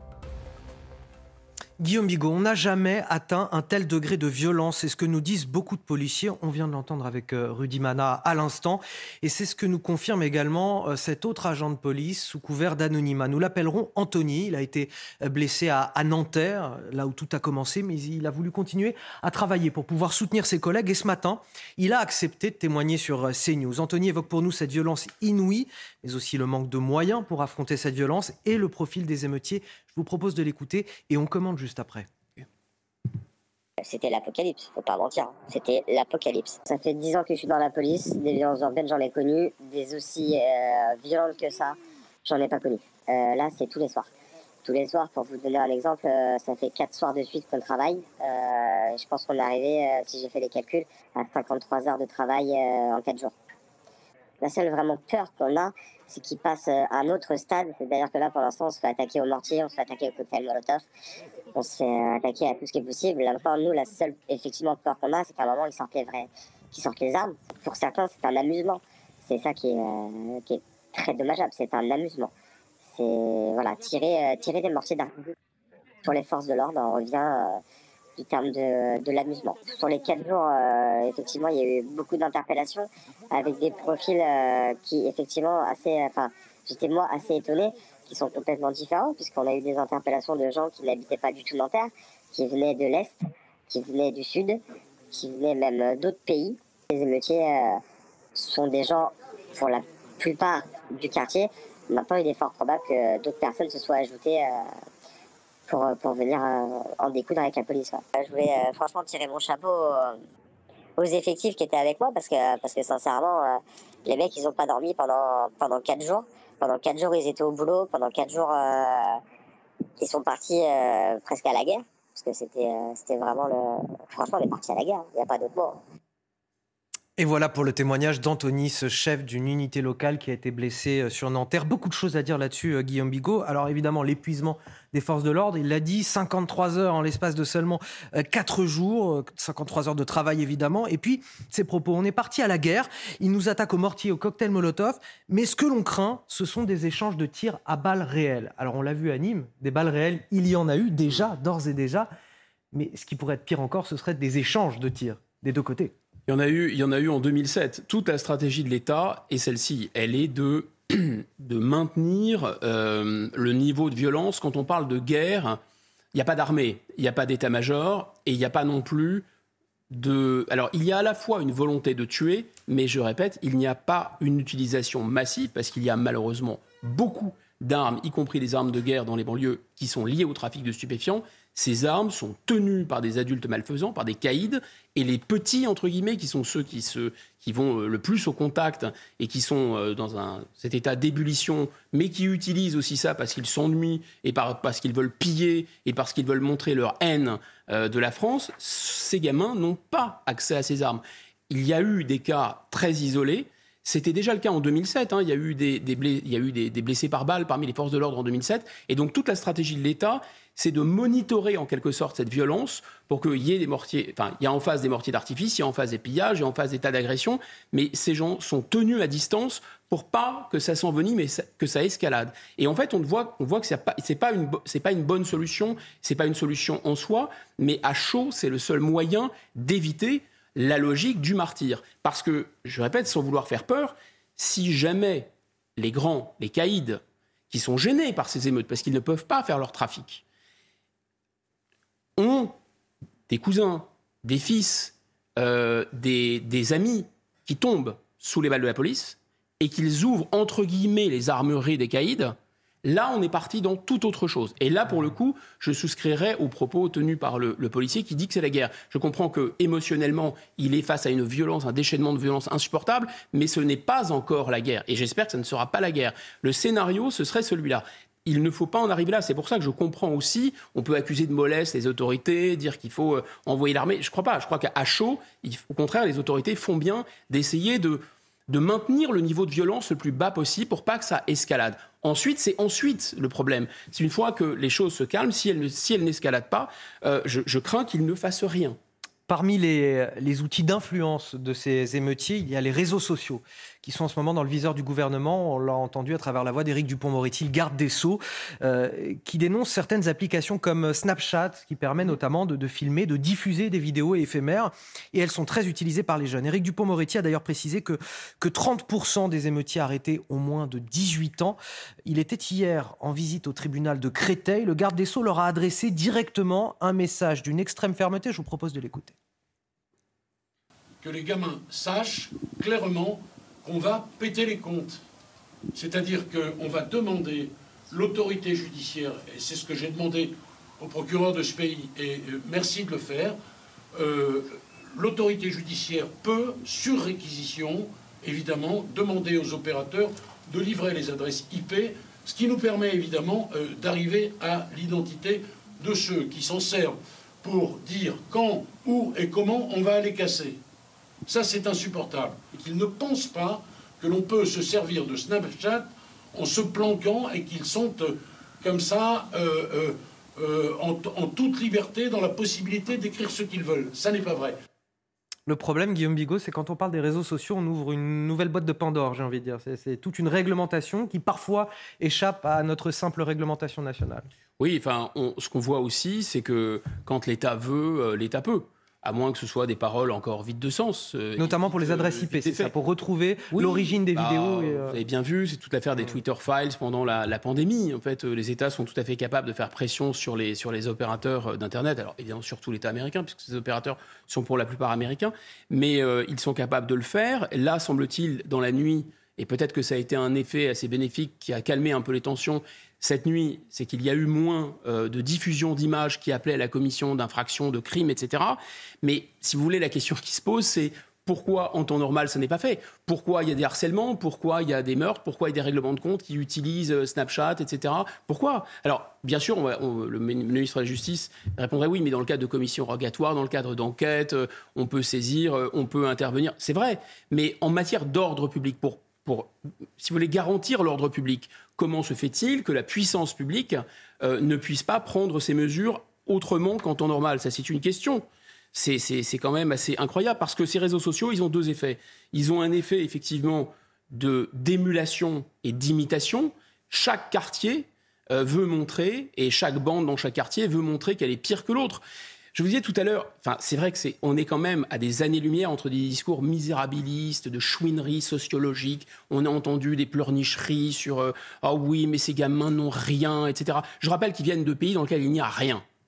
Guillaume Bigot, on n'a jamais atteint un tel degré de violence. C'est ce que nous disent beaucoup de policiers. On vient de l'entendre avec Rudy Mana à l'instant. Et c'est ce que nous confirme également cet autre agent de police sous couvert d'anonymat. Nous l'appellerons Anthony. Il a été blessé à, à Nanterre, là où tout a commencé. Mais il a voulu continuer à travailler pour pouvoir soutenir ses collègues. Et ce matin, il a accepté de témoigner sur CNews. Anthony évoque pour nous cette violence inouïe, mais aussi le manque de moyens pour affronter cette violence et le profil des émeutiers. Je vous propose de l'écouter et on commente juste après. C'était l'apocalypse, faut pas mentir. C'était l'apocalypse. Ça fait dix ans que je suis dans la police. Des violences urbaines, j'en ai connu. Des aussi euh, violentes que ça, j'en ai pas connu. Euh, là, c'est tous les soirs. Tous les soirs, pour vous donner un exemple, euh, ça fait quatre soirs de suite qu'on travaille. Euh, je pense qu'on est arrivé, euh, si j'ai fait les calculs, à cinquante-trois heures de travail euh, en quatre jours. La seule vraiment peur qu'on a, c'est qu'il passe à un autre stade. C'est-à-dire que là, pour l'instant, on se fait attaquer au mortier, on se fait attaquer au cocktail Molotov, on se fait attaquer à tout ce qui est possible. Là, nous, la seule effectivement peur qu'on a, c'est qu'à un moment, ils sortent les vrais, qu'ils sortent les armes. Pour certains, c'est un amusement. C'est ça qui est, euh, qui est très dommageable. C'est un amusement. C'est voilà, tirer, euh, tirer des mortiers d'armes. Pour les forces de l'ordre, on revient euh, du terme de, de l'amusement. Sur les quatre jours, euh, effectivement, il y a eu beaucoup d'interpellations avec des profils euh, qui, effectivement, assez, enfin, j'étais moi assez étonné, qui sont complètement différents, puisqu'on a eu des interpellations de gens qui n'habitaient pas du tout Nanterre, qui venaient de l'Est, qui venaient du Sud, qui venaient même d'autres pays. Les émeutiers euh, sont des gens, pour la plupart du quartier. Maintenant, il est fort probable que d'autres personnes se soient ajoutées euh, pour, pour venir euh, en découdre avec la police. Ouais. Je voulais euh, franchement tirer mon chapeau euh, aux effectifs qui étaient avec moi, parce que, parce que sincèrement, euh, les mecs, ils n'ont pas dormi pendant, pendant quatre jours. Pendant quatre jours, ils étaient au boulot. Pendant quatre jours, euh, ils sont partis euh, presque à la guerre. Parce que c'était, euh, c'était vraiment le... Franchement, on est partis à la guerre. Il n'y a pas d'autre mot. Et voilà pour le témoignage d'Anthony, ce chef d'une unité locale qui a été blessé sur Nanterre. Beaucoup de choses à dire là-dessus, Guillaume Bigot. Alors évidemment, l'épuisement des forces de l'ordre, il l'a dit, cinquante-trois heures en l'espace de seulement quatre jours, cinquante-trois heures de travail évidemment. Et puis, ses propos, on est parti à la guerre, il nous attaque au mortier, au cocktail Molotov, mais ce que l'on craint, ce sont des échanges de tirs à balles réelles. Alors on l'a vu à Nîmes, des balles réelles, il y en a eu déjà, d'ores et déjà, mais ce qui pourrait être pire encore, ce serait des échanges de tirs des deux côtés. Il y en a eu, il y en a eu en deux mille sept. Toute la stratégie de l'État, et celle-ci, elle est de, de maintenir euh, le niveau de violence. Quand on parle de guerre, il n'y a pas d'armée, il n'y a pas d'état-major, et il n'y a pas non plus de... Alors, il y a à la fois une volonté de tuer, mais je répète, il n'y a pas une utilisation massive, parce qu'il y a malheureusement beaucoup d'armes, y compris des armes de guerre dans les banlieues qui sont liées au trafic de stupéfiants, ces armes sont tenues par des adultes malfaisants, par des caïds, et les petits, entre guillemets, qui sont ceux qui, se, qui vont le plus au contact et qui sont dans un, cet état d'ébullition, mais qui utilisent aussi ça parce qu'ils s'ennuient et par, parce qu'ils veulent piller et parce qu'ils veulent montrer leur haine euh, de la France, ces gamins n'ont pas accès à ces armes. Il y a eu des cas très isolés. C'était déjà le cas en deux mille sept. Hein. Il y a eu, des, des, bless, il y a eu des, des blessés par balle parmi les forces de l'ordre en deux mille sept. Et donc toute la stratégie de l'État, c'est de monitorer en quelque sorte cette violence pour qu'il y ait des mortiers. Enfin, il y a en face des mortiers d'artifice, il y a en face des pillages, il y a en face des tas d'agressions. Mais ces gens sont tenus à distance pour pas que ça s'envenime mais que ça escalade. Et en fait, on voit, on voit que c'est pas, c'est pas une, c'est pas une bonne solution, c'est pas une solution en soi, mais à chaud, c'est le seul moyen d'éviter la logique du martyr. Parce que, je répète, sans vouloir faire peur, si jamais les grands, les caïds, qui sont gênés par ces émeutes, parce qu'ils ne peuvent pas faire leur trafic, ont des cousins, des fils, euh, des, des amis qui tombent sous les balles de la police, et qu'ils ouvrent, entre guillemets, les armureries des caïds, là, on est parti dans toute autre chose. Et là, pour le coup, je souscrirais aux propos tenus par le, le policier qui dit que c'est la guerre. Je comprends que émotionnellement, il est face à une violence, un déchaînement de violence insupportable, mais ce n'est pas encore la guerre. Et j'espère que ça ne sera pas la guerre. Le scénario, ce serait celui-là. Il ne faut pas en arriver là. C'est pour ça que je comprends aussi, on peut accuser de mollesse les autorités, dire qu'il faut envoyer l'armée. Je ne crois pas. Je crois qu'à chaud, il, au contraire, les autorités font bien d'essayer de... de maintenir le niveau de violence le plus bas possible pour pas que ça escalade. Ensuite, c'est ensuite le problème. C'est une fois que les choses se calment, si elles, ne, si elles n'escaladent pas, euh, je, je crains qu'ils ne fassent rien. Parmi les, les outils d'influence de ces émeutiers, il y a les réseaux sociaux qui sont en ce moment dans le viseur du gouvernement. On l'a entendu à travers la voix d'Éric Dupond-Moretti, le garde des Sceaux, euh, qui dénonce certaines applications comme Snapchat, qui permet notamment de, de filmer, de diffuser des vidéos éphémères. Et elles sont très utilisées par les jeunes. Éric Dupond-Moretti a d'ailleurs précisé que, que trente pour cent des émeutiers arrêtés ont moins de dix-huit ans. Il était hier en visite au tribunal de Créteil. Le garde des Sceaux leur a adressé directement un message d'une extrême fermeté. Je vous propose de l'écouter. Que les gamins sachent clairement qu'on va péter les comptes. C'est-à-dire qu'on va demander l'autorité judiciaire, et c'est ce que j'ai demandé au procureur de ce pays, et merci de le faire, euh, l'autorité judiciaire peut, sur réquisition, évidemment, demander aux opérateurs de livrer les adresses I P, ce qui nous permet évidemment euh, d'arriver à l'identité de ceux qui s'en servent pour dire quand, où et comment on va les casser. Ça, c'est insupportable. Et qu'ils ne pensent pas que l'on peut se servir de Snapchat en se planquant et qu'ils sont euh, comme ça, euh, euh, euh, en, en toute liberté, dans la possibilité d'écrire ce qu'ils veulent. Ça n'est pas vrai. Le problème, Guillaume Bigot, c'est quand on parle des réseaux sociaux, on ouvre une nouvelle boîte de Pandore, j'ai envie de dire. C'est, c'est toute une réglementation qui, parfois, échappe à notre simple réglementation nationale. Oui, enfin, on, ce qu'on voit aussi, c'est que quand l'État veut, euh, l'État peut. À moins que ce soit des paroles encore vides de sens. Euh, Notamment pour les adresses I P, c'est ça, pour retrouver oui, l'origine des bah, vidéos. Et euh... Vous avez bien vu, c'est toute l'affaire des Twitter Files pendant la, la pandémie. En fait, les États sont tout à fait capables de faire pression sur les, sur les opérateurs d'Internet. Alors, évidemment, surtout l'État américain, puisque ces opérateurs sont pour la plupart américains. Mais euh, ils sont capables de le faire. Là, semble-t-il, dans la nuit, et peut-être que ça a été un effet assez bénéfique qui a calmé un peu les tensions, cette nuit, c'est qu'il y a eu moins euh, de diffusion d'images qui appelaient à la commission d'infractions, de crimes, et cetera. Mais si vous voulez, la question qui se pose, c'est pourquoi en temps normal ça n'est pas fait ? Pourquoi il y a des harcèlements ? Pourquoi il y a des meurtres ? Pourquoi il y a des règlements de compte qui utilisent Snapchat, et cetera. Pourquoi ? Alors, bien sûr, on va, on, le ministre de la Justice répondrait oui, mais dans le cadre de commissions rogatoires, dans le cadre d'enquêtes, on peut saisir, on peut intervenir. C'est vrai, mais en matière d'ordre public, pour Pour, si vous voulez, garantir l'ordre public, comment se fait-il que la puissance publique euh, ne puisse pas prendre ces mesures autrement qu'en temps normal ? Ça, c'est une question. C'est, c'est, c'est quand même assez incroyable parce que ces réseaux sociaux, ils ont deux effets. Ils ont un effet, effectivement, de, d'émulation et d'imitation. Chaque quartier euh, veut montrer, et chaque bande dans chaque quartier veut montrer qu'elle est pire que l'autre. Je vous disais tout à l'heure, enfin, c'est vrai que c'est, on est quand même à des années-lumière entre des discours misérabilistes, de chouinerie sociologique. On a entendu des pleurnicheries sur euh, « Ah oui, mais ces gamins n'ont rien, et cetera » Je rappelle qu'ils viennent de pays dans lesquels il n'y a rien.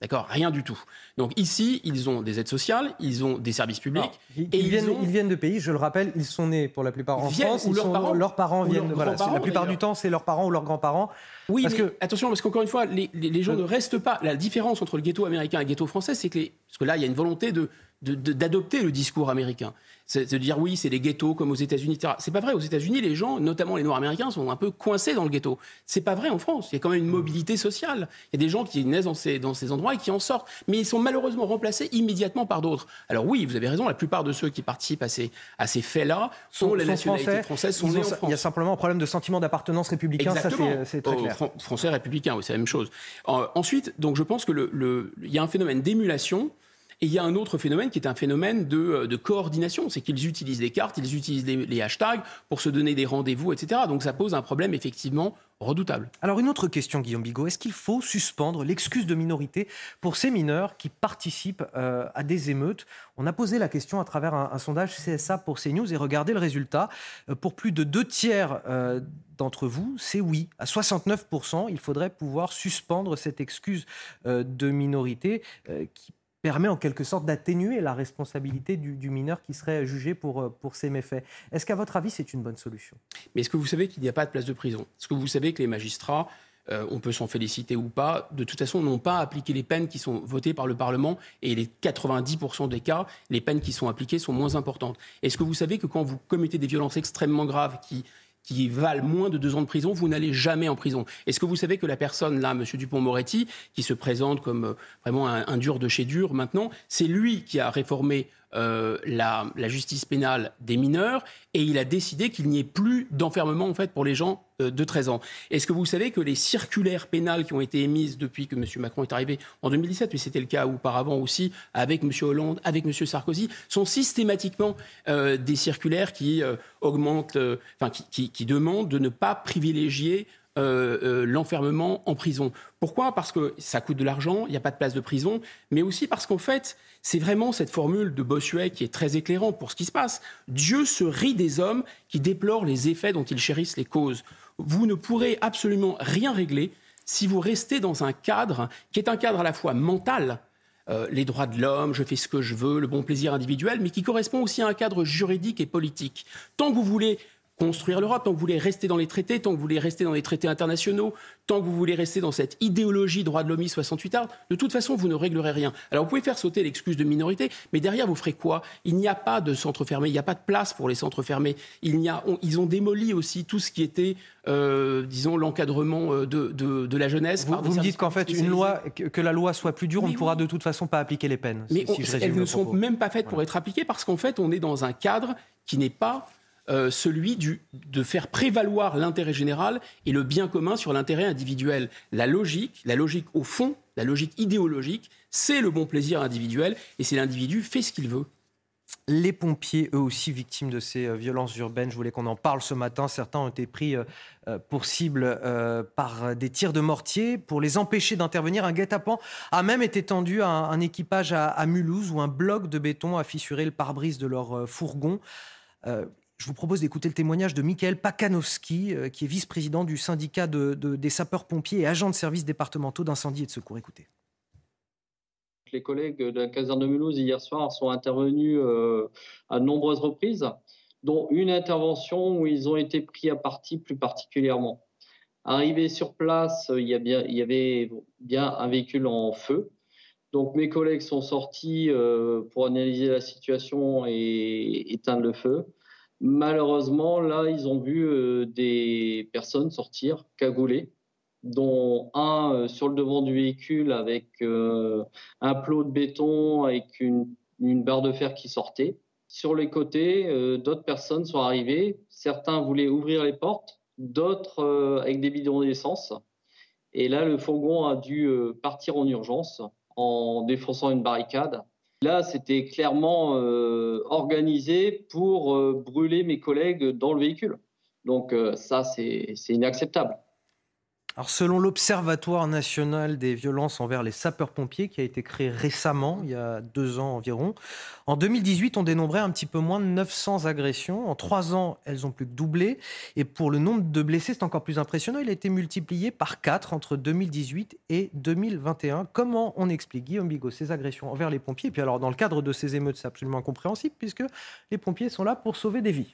D'accord, rien du tout. Donc ici, ils ont des aides sociales, ils ont des services publics. Alors, ils, et ils, ils, viennent, ont... ils viennent de pays, je le rappelle, ils sont nés pour la plupart en viennent, France. Ou ils leurs, sont, parents, leurs parents ou viennent. leurs Voilà, la plupart d'ailleurs. du temps, c'est leurs parents ou leurs grands-parents. Oui, parce mais que... attention, parce qu'encore une fois, les, les, les gens euh... ne restent pas. La différence entre le ghetto américain et le ghetto français, c'est que, les... parce que là, il y a une volonté de, de, de, d'adopter le discours américain. C'est de dire oui, c'est les ghettos comme aux États-Unis, et cetera. C'est pas vrai. Aux États-Unis, les gens, notamment les Noirs américains, sont un peu coincés dans le ghetto. C'est pas vrai en France. Il y a quand même une mobilité sociale. Il y a des gens qui naissent dans ces, dans ces endroits et qui en sortent. Mais ils sont malheureusement remplacés immédiatement par d'autres. Alors oui, vous avez raison, la plupart de ceux qui participent à ces, à ces faits-là sont, sont la nationalité français, française, sont nés en France. Il y a simplement un problème de sentiment d'appartenance républicain. Exactement. Ça, c'est, c'est très clair. Fran- français républicain, oui, c'est la même chose. Euh, ensuite, donc je pense que le, le, il y a un phénomène d'émulation. Et il y a un autre phénomène qui est un phénomène de, de coordination, c'est qu'ils utilisent les cartes, ils utilisent les, les hashtags pour se donner des rendez-vous, et cetera. Donc ça pose un problème effectivement redoutable. Alors une autre question, Guillaume Bigot, est-ce qu'il faut suspendre l'excuse de minorité pour ces mineurs qui participent euh, à des émeutes ? On a posé la question à travers un, un sondage C S A pour CNews et regardez le résultat. Euh, pour plus de deux tiers euh, d'entre vous, c'est oui. À soixante-neuf pour cent, il faudrait pouvoir suspendre cette excuse euh, de minorité euh, qui permet en quelque sorte d'atténuer la responsabilité du, du mineur qui serait jugé pour, pour ces méfaits. Est-ce qu'à votre avis, c'est une bonne solution ? Mais est-ce que vous savez qu'il n'y a pas de place de prison ? Est-ce que vous savez que les magistrats, euh, on peut s'en féliciter ou pas, de toute façon, n'ont pas appliqué les peines qui sont votées par le Parlement et les quatre-vingt-dix pour cent des cas, les peines qui sont appliquées sont moins importantes. Est-ce que vous savez que quand vous commettez des violences extrêmement graves qui... qui valent moins de deux ans de prison, vous n'allez jamais en prison. Est-ce que vous savez que la personne, là, M. Dupond-Moretti, qui se présente comme euh, vraiment un, un dur de chez dur maintenant, c'est lui qui a réformé euh, la, la justice pénale des mineurs et il a décidé qu'il n'y ait plus d'enfermement en fait, pour les gens euh, de treize ans. Est-ce que vous savez que les circulaires pénales qui ont été émises depuis que M. Macron est arrivé en deux mille dix-sept, mais c'était le cas auparavant aussi avec M. Hollande, avec M. Sarkozy, sont systématiquement euh, des circulaires qui euh, augmentent, euh, enfin qui, qui, qui demandent de ne pas privilégier Euh, euh, l'enfermement en prison. Pourquoi ? Parce que ça coûte de l'argent, il n'y a pas de place de prison, mais aussi parce qu'en fait, c'est vraiment cette formule de Bossuet qui est très éclairante pour ce qui se passe. Dieu se rit des hommes qui déplorent les effets dont ils chérissent les causes. Vous ne pourrez absolument rien régler si vous restez dans un cadre qui est un cadre à la fois mental, Euh, les droits de l'homme, je fais ce que je veux, le bon plaisir individuel, mais qui correspond aussi à un cadre juridique et politique. Tant que vous voulez construire l'Europe, tant que vous voulez rester dans les traités, tant que vous voulez rester dans les traités internationaux, tant que vous voulez rester dans cette idéologie droit de l'homme soixante-huit arts, de toute façon, vous ne réglerez rien. Alors, vous pouvez faire sauter l'excuse de minorité, mais derrière, vous ferez quoi ? Il n'y a pas de centres fermés, il n'y a pas de place pour les centres fermés. Il n'y a, on, ils ont démoli aussi tout ce qui était, euh, disons, l'encadrement de, de, de la jeunesse. Vous, vous me dites qu'en fait, une loi, que, que la loi soit plus dure, mais on ne pourra oui. de toute façon pas appliquer les peines. Mais si, on, si je elles ne sont propos. même pas faites pour voilà. être appliquées parce qu'en fait, on est dans un cadre qui n'est pas Euh, celui du, de faire prévaloir l'intérêt général et le bien commun sur l'intérêt individuel. La logique, la logique au fond, la logique idéologique, c'est le bon plaisir individuel et c'est l'individu fait ce qu'il veut. Les pompiers, eux aussi victimes de ces euh, violences urbaines, je voulais qu'on en parle ce matin. Certains ont été pris euh, pour cible euh, par des tirs de mortier. Pour les empêcher d'intervenir, un guet-apens a même été tendu à un, un équipage à, à Mulhouse où un bloc de béton a fissuré le pare-brise de leur euh, fourgon. Euh, Je vous propose d'écouter le témoignage de Michael Pakanowski, euh, qui est vice-président du syndicat de, de, des sapeurs-pompiers et agent de services départementaux d'incendie et de secours. Écoutez. Les collègues de la caserne de Mulhouse hier soir sont intervenus euh, à de nombreuses reprises, dont une intervention où ils ont été pris à partie plus particulièrement. Arrivés sur place, il y, a bien, il y avait bien un véhicule en feu. Donc mes collègues sont sortis euh, pour analyser la situation et éteindre le feu. Malheureusement, là, ils ont vu euh, des personnes sortir cagoulées, dont un euh, sur le devant du véhicule avec euh, un plot de béton, avec une, une barre de fer qui sortait. Sur les côtés, euh, d'autres personnes sont arrivées. Certains voulaient ouvrir les portes, d'autres euh, avec des bidons d'essence. Et là, le fourgon a dû euh, partir en urgence en défonçant une barricade. Là, c'était clairement euh, organisé pour euh, brûler mes collègues dans le véhicule. Donc euh, ça, c'est, c'est inacceptable. Alors, selon l'Observatoire national des violences envers les sapeurs-pompiers, qui a été créé récemment, il y a deux ans environ, en deux mille dix-huit, on dénombrait un petit peu moins de neuf cents agressions. En trois ans, elles ont plus que doublé. Et pour le nombre de blessés, c'est encore plus impressionnant. Il a été multiplié par quatre entre deux mille dix-huit et deux mille vingt et un. Comment on explique, Guillaume Bigot, ces agressions envers les pompiers ? Et puis alors, dans le cadre de ces émeutes, c'est absolument incompréhensible, puisque les pompiers sont là pour sauver des vies.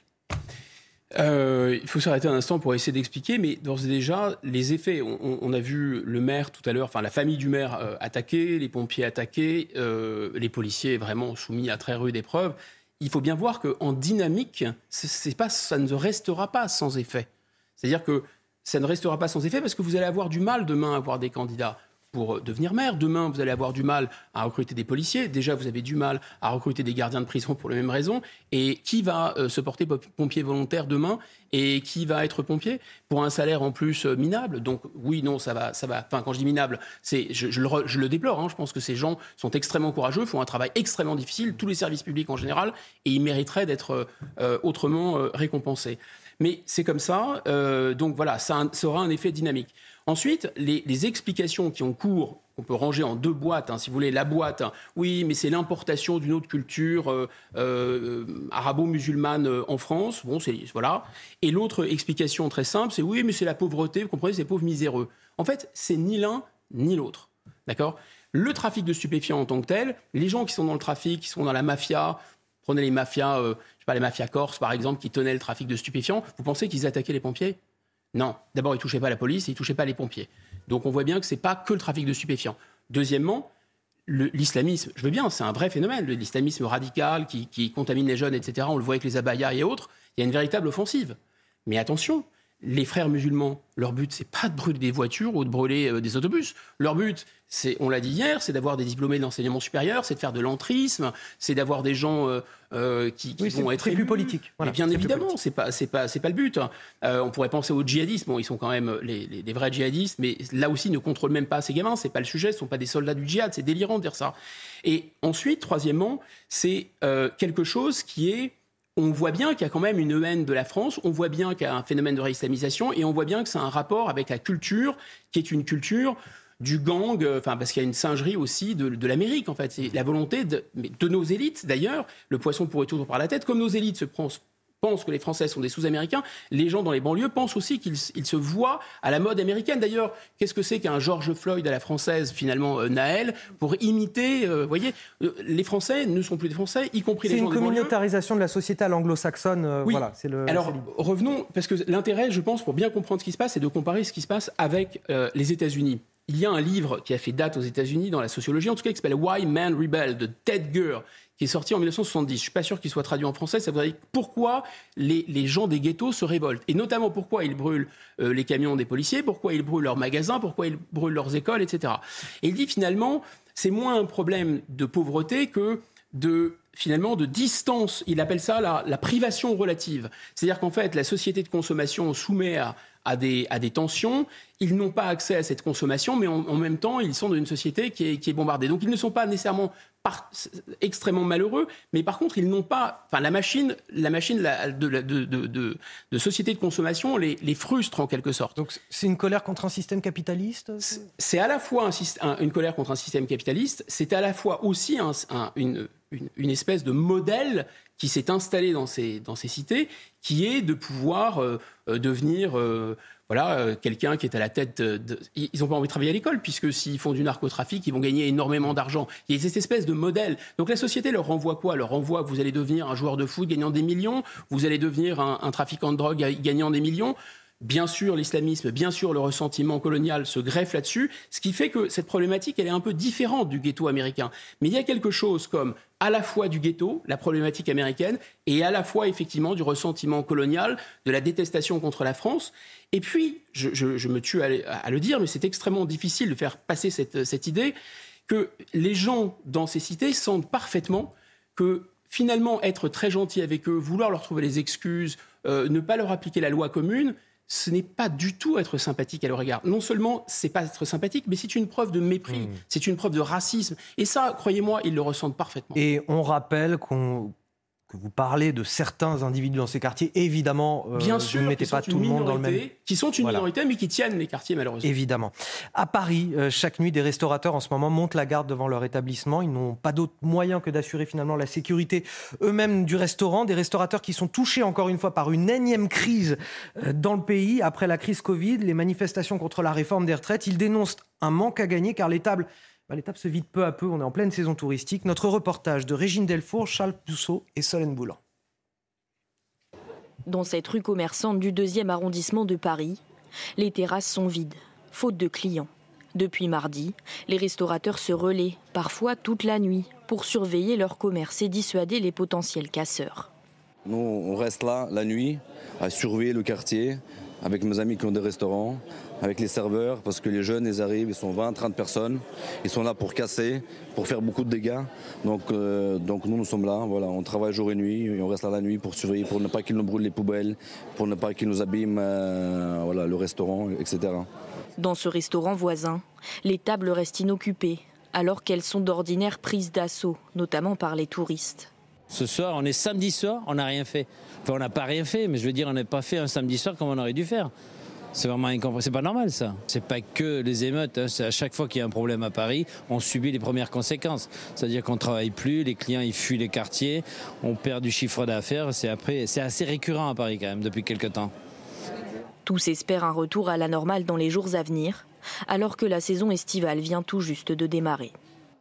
Euh, il faut s'arrêter un instant pour essayer d'expliquer, mais d'ores et déjà, les effets, on, on a vu le maire tout à l'heure, enfin la famille du maire euh, attaquée, les pompiers attaqués, euh, les policiers vraiment soumis à très rude épreuve. Il faut bien voir qu'en dynamique, c'est, c'est pas, ça ne restera pas sans effet. C'est-à-dire que ça ne restera pas sans effet parce que vous allez avoir du mal demain à avoir des candidats pour devenir maire. Demain, vous allez avoir du mal à recruter des policiers. Déjà, vous avez du mal à recruter des gardiens de prison pour les mêmes raisons. Et qui va euh, se porter pompier volontaire demain et qui va être pompier pour un salaire en plus euh, minable ? Donc oui, non, ça va, ça va. Enfin, quand je dis minable, c'est, je, je, le, je le déplore. Hein. Je pense que ces gens sont extrêmement courageux, font un travail extrêmement difficile, tous les services publics en général, et ils mériteraient d'être euh, autrement euh, récompensés. Mais c'est comme ça. Euh, donc voilà, ça, un, ça aura un effet dynamique. Ensuite, les, les explications qui ont cours, on peut ranger en deux boîtes, hein, si vous voulez. La boîte, hein, oui, mais c'est l'importation d'une autre culture euh, euh, arabo-musulmane euh, en France. Bon, c'est, voilà. Et l'autre explication très simple, c'est oui, mais c'est la pauvreté, vous comprenez, c'est les pauvres miséreux. En fait, c'est ni l'un ni l'autre. D'accord ? Le trafic de stupéfiants en tant que tel, les gens qui sont dans le trafic, qui sont dans la mafia, prenez les mafias, euh, je sais pas, les mafias corses, par exemple, qui tenaient le trafic de stupéfiants, vous pensez qu'ils attaquaient les pompiers ? Non, d'abord, ils ne touchaient pas la police, ils ne touchaient pas les pompiers. Donc on voit bien que ce n'est pas que le trafic de stupéfiants. Deuxièmement, le, l'islamisme, je veux bien, c'est un vrai phénomène, l'islamisme radical qui, qui contamine les jeunes, et cetera. On le voit avec les abayas et autres, il y a une véritable offensive. Mais attention, les frères musulmans, leur but, c'est pas de brûler des voitures ou de brûler euh, des autobus. Leur but, c'est, on l'a dit hier, c'est d'avoir des diplômés de l'enseignement supérieur, c'est de faire de l'entrisme, c'est d'avoir des gens euh, euh, qui, qui oui, vont c'est, être c'est plus politique. Voilà, bien évidemment, c'est pas, c'est pas, c'est pas le but. Euh, on pourrait penser aux djihadistes. Bon, ils sont quand même les, les, les vrais djihadistes, mais là aussi, ils ne contrôlent même pas ces gamins. C'est pas le sujet. Ce sont pas des soldats du djihad. C'est délirant de dire ça. Et ensuite, troisièmement, c'est euh, quelque chose qui est on voit bien qu'il y a quand même une haine de la France, on voit bien qu'il y a un phénomène de réislamisation et on voit bien que c'est un rapport avec la culture qui est une culture du gang, enfin parce qu'il y a une singerie aussi de, de l'Amérique en fait. C'est la volonté de, de nos élites d'ailleurs, le poisson pourrait toujours par la tête, comme nos élites se pensent pensent que les Français sont des sous-américains, les gens dans les banlieues pensent aussi qu'ils ils se voient à la mode américaine. D'ailleurs, qu'est-ce que c'est qu'un George Floyd à la française, finalement, euh, Naël, pour imiter, vous euh, voyez, euh, les Français ne sont plus des Français, y compris c'est les gens des banlieues. C'est une communautarisation de la société à l'anglo-saxonne, euh, oui. Voilà. C'est le, Alors, c'est revenons, parce que l'intérêt, je pense, pour bien comprendre ce qui se passe, c'est de comparer ce qui se passe avec euh, les États-Unis. Il y a un livre qui a fait date aux États-Unis dans la sociologie, en tout cas, qui s'appelle Why Men Rebel de Ted Gurr, qui est sorti en dix-neuf cent soixante-dix. Je ne suis pas sûr qu'il soit traduit en français. Ça voudrait dire pourquoi les, les gens des ghettos se révoltent. Et notamment pourquoi ils brûlent euh, les camions des policiers, pourquoi ils brûlent leurs magasins, pourquoi ils brûlent leurs écoles, et cetera. Et il dit finalement, c'est moins un problème de pauvreté que de, finalement, de distance. Il appelle ça la, la privation relative. C'est-à-dire qu'en fait, la société de consommation soumet à, à, des, à des tensions. Ils n'ont pas accès à cette consommation, mais en, en même temps, ils sont dans une société qui est, qui est bombardée. Donc, ils ne sont pas nécessairement par, extrêmement malheureux, mais par contre, ils n'ont pas... Enfin, la machine, la machine la, de, de, de, de, de société de consommation les, les frustre en quelque sorte. Donc, c'est une colère contre un système capitaliste ? C'est, c'est à la fois un, un, une colère contre un système capitaliste, c'est à la fois aussi un, un, une, une, une espèce de modèle qui s'est installé dans ces, dans ces cités, qui est de pouvoir euh, euh, devenir... Euh, Voilà, euh, quelqu'un qui est à la tête... De... Ils n'ont pas envie de travailler à l'école, puisque s'ils font du narcotrafic, ils vont gagner énormément d'argent. Il y a cette espèce de modèle. Donc la société leur renvoie quoi ? Leur renvoie que vous allez devenir un joueur de foot gagnant des millions, vous allez devenir un, un trafiquant de drogue gagnant des millions. Bien sûr, l'islamisme, bien sûr, le ressentiment colonial se greffe là-dessus, ce qui fait que cette problématique, elle est un peu différente du ghetto américain. Mais il y a quelque chose comme à la fois du ghetto, la problématique américaine, et à la fois, effectivement, du ressentiment colonial, de la détestation contre la France. Et puis, je, je, je me tue à, à le dire, mais c'est extrêmement difficile de faire passer cette, cette idée que les gens dans ces cités sentent parfaitement que, finalement, être très gentil avec eux, vouloir leur trouver les excuses, euh, ne pas leur appliquer la loi commune, ce n'est pas du tout être sympathique à leur égard. Non seulement c'est pas être sympathique, mais c'est une preuve de mépris, mmh. c'est une preuve de racisme. Et ça, croyez-moi, ils le ressentent parfaitement. Et on rappelle qu'on... que vous parlez de certains individus dans ces quartiers, évidemment, euh, Bien vous sûr, ne mettez pas tout le monde dans le même... Qui sont une Voilà. minorité, mais qui tiennent les quartiers, malheureusement. Évidemment. À Paris, euh, chaque nuit, des restaurateurs en ce moment montent la garde devant leur établissement. Ils n'ont pas d'autre moyen que d'assurer finalement la sécurité eux-mêmes du restaurant. Des restaurateurs qui sont touchés encore une fois par une énième crise euh, dans le pays. Après la crise Covid, les manifestations contre la réforme des retraites, ils dénoncent un manque à gagner car les tables... Ben, les tables se vident peu à peu. On est en pleine saison touristique. Notre reportage de Régine Delfour, Charles Pousseau et Solène Boulan. Dans cette rue commerçante du deuxième arrondissement de Paris, les terrasses sont vides, faute de clients. Depuis mardi, les restaurateurs se relaient, parfois toute la nuit, pour surveiller leur commerce et dissuader les potentiels casseurs. Nous, on reste là la nuit à surveiller le quartier avec mes amis qui ont des restaurants, avec les serveurs, parce que les jeunes, ils arrivent, ils sont vingt, trente personnes, ils sont là pour casser, pour faire beaucoup de dégâts. Donc, euh, donc nous, nous sommes là, voilà, on travaille jour et nuit, et on reste là la nuit pour surveiller, pour ne pas qu'ils nous brûlent les poubelles, pour ne pas qu'ils nous abîment euh, voilà, le restaurant, et cetera. Dans ce restaurant voisin, les tables restent inoccupées, alors qu'elles sont d'ordinaire prises d'assaut, notamment par les touristes. Ce soir, on est samedi soir, on n'a rien fait. Enfin, on n'a pas rien fait, mais je veux dire, on n'a pas fait un samedi soir comme on aurait dû faire. C'est vraiment incompréhensible. C'est pas normal, ça. C'est pas que les émeutes. Hein. C'est à chaque fois qu'il y a un problème à Paris, on subit les premières conséquences. C'est-à-dire qu'on travaille plus, les clients ils fuient les quartiers, on perd du chiffre d'affaires. C'est après, c'est assez récurrent à Paris quand même depuis quelques temps. Tous espèrent un retour à la normale dans les jours à venir, alors que la saison estivale vient tout juste de démarrer.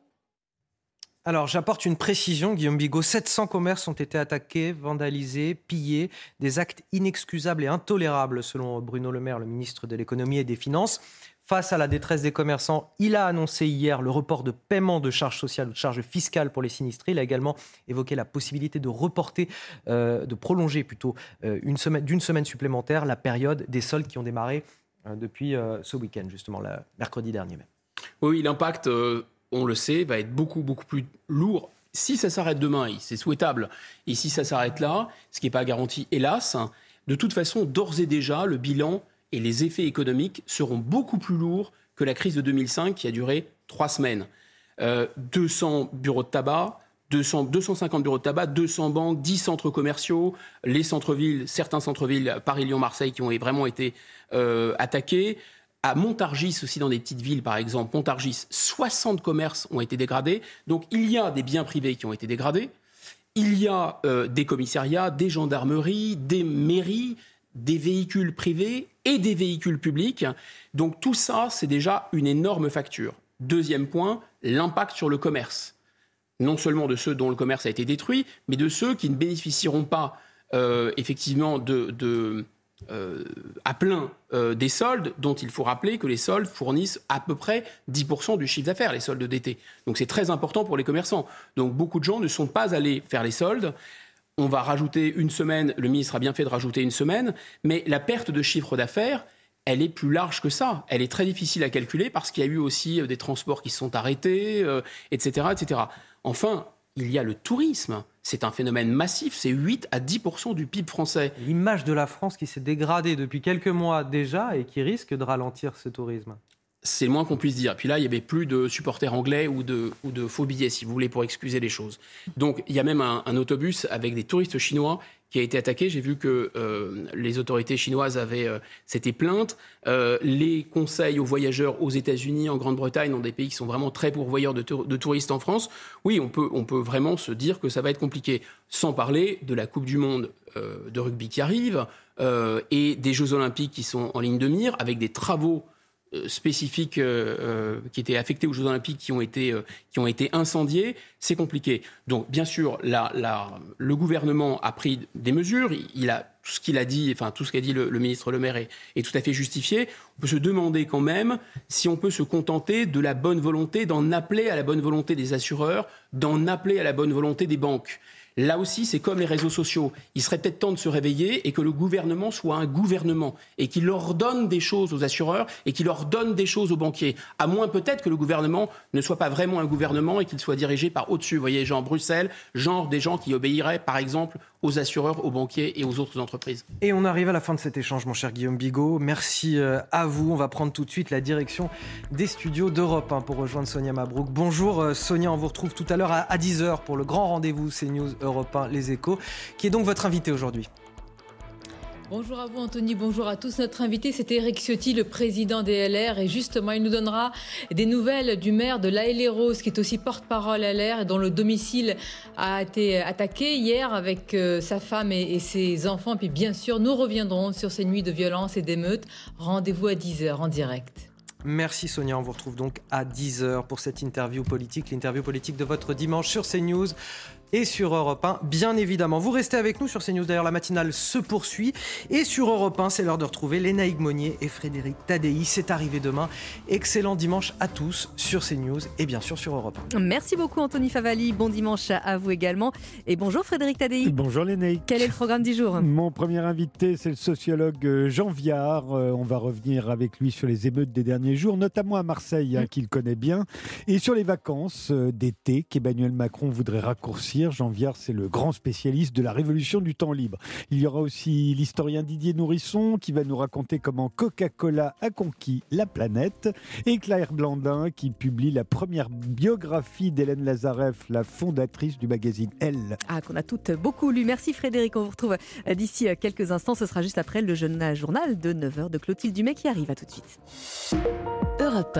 Alors, j'apporte une précision, Guillaume Bigot. sept cents commerces ont été attaqués, vandalisés, pillés. Des actes inexcusables et intolérables, selon Bruno Le Maire, le ministre de l'Économie et des Finances. Face à la détresse des commerçants, il a annoncé hier le report de paiement de charges sociales ou de charges fiscales pour les sinistrés. Il a également évoqué la possibilité de reporter, euh, de prolonger plutôt euh, une semaine, d'une semaine supplémentaire la période des soldes qui ont démarré euh, depuis euh, ce week-end, justement, le mercredi dernier même. Oui, l'impact... Euh... on le sait, va être beaucoup, beaucoup plus lourd. Si ça s'arrête demain, c'est souhaitable, et si ça s'arrête là, ce qui n'est pas garanti, hélas, de toute façon, d'ores et déjà, le bilan et les effets économiques seront beaucoup plus lourds que la crise de deux mille cinq qui a duré trois semaines. Euh, deux cents bureaux de tabac, deux cents, deux cent cinquante bureaux de tabac, deux cents banques, dix centres commerciaux, les centres-villes, certains centres-villes, Paris, Lyon, Marseille, qui ont vraiment été euh, attaqués. À Montargis, aussi dans des petites villes, par exemple, Montargis, soixante commerces ont été dégradés. Donc, il y a des biens privés qui ont été dégradés. Il y a euh, des commissariats, des gendarmeries, des mairies, des véhicules privés et des véhicules publics. Donc, tout ça, c'est déjà une énorme facture. Deuxième point, l'impact sur le commerce. Non seulement de ceux dont le commerce a été détruit, mais de ceux qui ne bénéficieront pas, euh, effectivement, de... de Euh, à plein euh, des soldes, dont il faut rappeler que les soldes fournissent à peu près dix pour cent du chiffre d'affaires, les soldes d'été. Donc c'est très important pour les commerçants. Donc beaucoup de gens ne sont pas allés faire les soldes. On va rajouter une semaine, le ministre a bien fait de rajouter une semaine, mais la perte de chiffre d'affaires, elle est plus large que ça. Elle est très difficile à calculer parce qu'il y a eu aussi des transports qui se sont arrêtés, euh, et cetera, et cetera. Enfin, il y a le tourisme. C'est un phénomène massif, c'est huit à dix pour cent du P I B français. L'image de la France qui s'est dégradée depuis quelques mois déjà et qui risque de ralentir ce tourisme. C'est le moins qu'on puisse dire. Puis là, il n'y avait plus de supporters anglais ou de, ou de faux billets, si vous voulez, pour excuser les choses. Donc, il y a même un, un autobus avec des touristes chinois qui a été attaqué. J'ai vu que euh, les autorités chinoises avaient euh, s'étaient plaintes. Euh, les conseils aux voyageurs aux États-Unis, en Grande-Bretagne, dans des pays qui sont vraiment très pourvoyeurs de, tour, de touristes en France, oui, on peut, on peut vraiment se dire que ça va être compliqué. Sans parler de la Coupe du Monde euh, de rugby qui arrive euh, et des Jeux Olympiques qui sont en ligne de mire, avec des travaux spécifiques euh, euh, qui étaient affectés aux Jeux Olympiques qui ont été, euh, qui ont été incendiés, c'est compliqué. Donc, bien sûr, la, la, le gouvernement a pris des mesures. Il, il a, tout ce qu'il a dit, enfin, tout ce qu'a dit le, le ministre Le Maire est, est tout à fait justifié. On peut se demander quand même si on peut se contenter de la bonne volonté, d'en appeler à la bonne volonté des assureurs, d'en appeler à la bonne volonté des banques. Là aussi, c'est comme les réseaux sociaux. Il serait peut-être temps de se réveiller et que le gouvernement soit un gouvernement et qu'il leur donne des choses aux assureurs et qu'il leur donne des choses aux banquiers. À moins peut-être que le gouvernement ne soit pas vraiment un gouvernement et qu'il soit dirigé par au-dessus. Vous voyez, genre Bruxelles, genre des gens qui obéiraient, par exemple, aux assureurs, aux banquiers et aux autres entreprises. Et on arrive à la fin de cet échange, mon cher Guillaume Bigot. Merci à vous. On va prendre tout de suite la direction des studios d'Europe un pour rejoindre Sonia Mabrouk. Bonjour Sonia, on vous retrouve tout à l'heure à dix heures pour le grand rendez-vous CNews Europe un Les Échos, qui est donc votre invité aujourd'hui. Bonjour à vous Anthony, bonjour à tous. Notre invité, c'est Éric Ciotti, le président des L R. Et justement, il nous donnera des nouvelles du maire de La Haye-les-Roses, qui est aussi porte-parole L R et dont le domicile a été attaqué hier avec euh, sa femme et, et ses enfants. Puis bien sûr, nous reviendrons sur ces nuits de violence et d'émeutes. Rendez-vous à dix heures en direct. Merci Sonia, on vous retrouve donc à dix heures pour cette interview politique, l'interview politique de votre dimanche sur CNews et sur Europe un, bien évidemment. Vous restez avec nous sur CNews, d'ailleurs la matinale se poursuit. Et sur Europe un, c'est l'heure de retrouver Lénaïque Monnier et Frédéric Tadei. C'est arrivé demain. Excellent dimanche à tous sur CNews et bien sûr sur Europe un. Merci beaucoup Anthony Favali, bon dimanche à vous également. Et bonjour Frédéric Tadei. Bonjour Lénaïque. Quel est le programme du jour ? Mon premier invité, c'est le sociologue Jean Viard. On va revenir avec lui sur les émeutes des derniers jours, notamment à Marseille, hein, qu'il connaît bien, et sur les vacances d'été qu'Emmanuel Macron voudrait raccourcir. Jean Viard, c'est le grand spécialiste de la révolution du temps libre. Il y aura aussi l'historien Didier Nourisson qui va nous raconter comment Coca-Cola a conquis la planète, et Claire Blandin qui publie la première biographie d'Hélène Lazareff, la fondatrice du magazine Elle. Ah, qu'on a toutes beaucoup lu. Merci Frédéric, on vous retrouve d'ici quelques instants. Ce sera juste après le journal de neuf heures de Clotilde Dumais qui arrive. À tout de suite. Europe